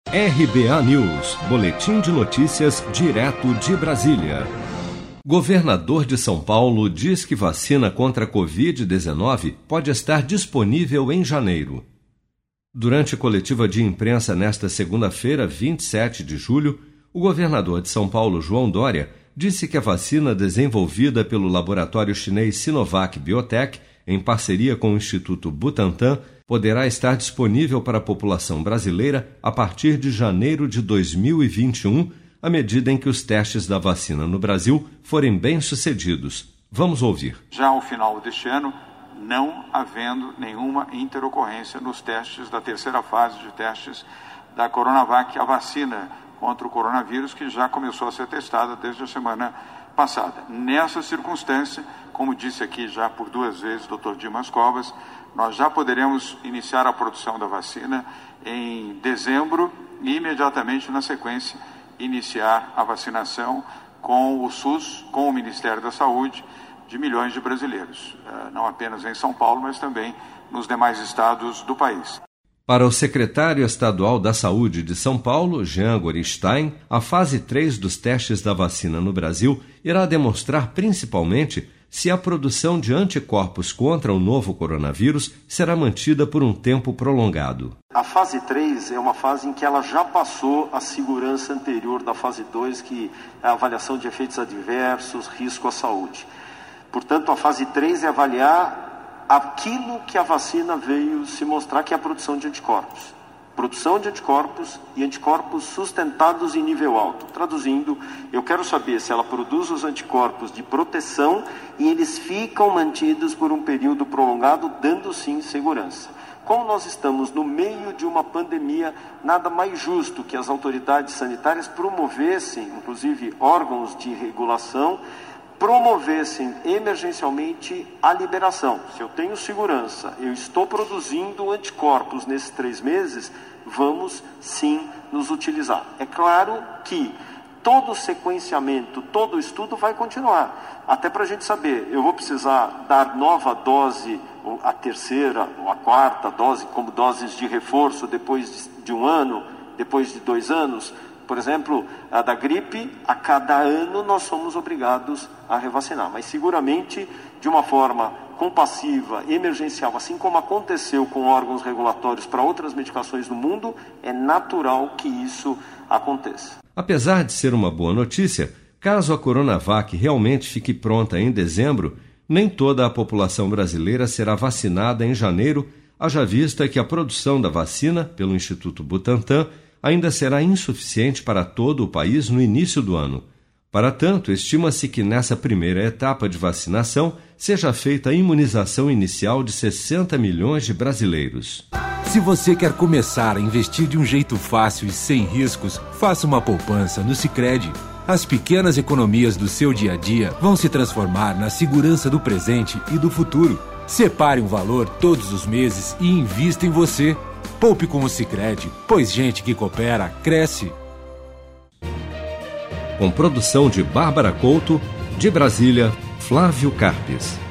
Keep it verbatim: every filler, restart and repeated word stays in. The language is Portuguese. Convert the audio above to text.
R B A News, boletim de notícias direto de Brasília. Governador de São Paulo diz que vacina contra a covid dezenove pode estar disponível em janeiro. Durante a coletiva de imprensa nesta segunda-feira, vinte e sete de julho, o governador de São Paulo, João Dória, disse que a vacina desenvolvida pelo laboratório chinês Sinovac Biotech, em parceria com o Instituto Butantan, poderá estar disponível para a população brasileira a partir de janeiro de dois mil e vinte e um, à medida em que os testes da vacina no Brasil forem bem-sucedidos. Vamos ouvir. Já ao final deste ano, não havendo nenhuma interocorrência nos testes da terceira fase de testes da Coronavac, a vacina contra o coronavírus, que já começou a ser testada desde a semana passada. Nessa circunstância, como disse aqui já por duas vezes o doutor Dimas Covas, nós já poderemos iniciar a produção da vacina em dezembro e imediatamente na sequência iniciar a vacinação com o SUS, com o Ministério da Saúde, de milhões de brasileiros, não apenas em São Paulo, mas também nos demais estados do país. Para o secretário estadual da Saúde de São Paulo, Jean Gorenstein, a fase três dos testes da vacina no Brasil irá demonstrar principalmente se a produção de anticorpos contra o novo coronavírus será mantida por um tempo prolongado. A fase três é uma fase em que ela já passou a segurança anterior da fase dois, que é a avaliação de efeitos adversos, risco à saúde. Portanto, a fase três é avaliar aquilo que a vacina veio se mostrar, que é a produção de anticorpos. Produção de anticorpos e anticorpos sustentados em nível alto. Traduzindo, eu quero saber se ela produz os anticorpos de proteção e eles ficam mantidos por um período prolongado, dando sim segurança. Como nós estamos no meio de uma pandemia, nada mais justo que as autoridades sanitárias promovessem, inclusive órgãos de regulação, promovessem emergencialmente a liberação. Se eu tenho segurança, eu estou produzindo anticorpos nesses três meses, vamos sim nos utilizar. É claro que todo o sequenciamento, todo o estudo vai continuar, até para a gente saber, eu vou precisar dar nova dose, a terceira ou a quarta dose, como doses de reforço depois de um ano, depois de dois anos. Por exemplo, a da gripe, a cada ano nós somos obrigados a revacinar. Mas seguramente, de uma forma compassiva, emergencial, assim como aconteceu com órgãos regulatórios para outras medicações no mundo, é natural que isso aconteça. Apesar de ser uma boa notícia, caso a Coronavac realmente fique pronta em dezembro, nem toda a população brasileira será vacinada em janeiro, haja vista que a produção da vacina pelo Instituto Butantan ainda será insuficiente para todo o país no início do ano. Para tanto, estima-se que nessa primeira etapa de vacinação seja feita a imunização inicial de sessenta milhões de brasileiros. Se você quer começar a investir de um jeito fácil e sem riscos, faça uma poupança no Sicredi. As pequenas economias do seu dia a dia vão se transformar na segurança do presente e do futuro. Separe um valor todos os meses e invista em você. Poupe com o Sicredi, pois gente que coopera, cresce. Com produção de Bárbara Couto, de Brasília, Flávio Carpes.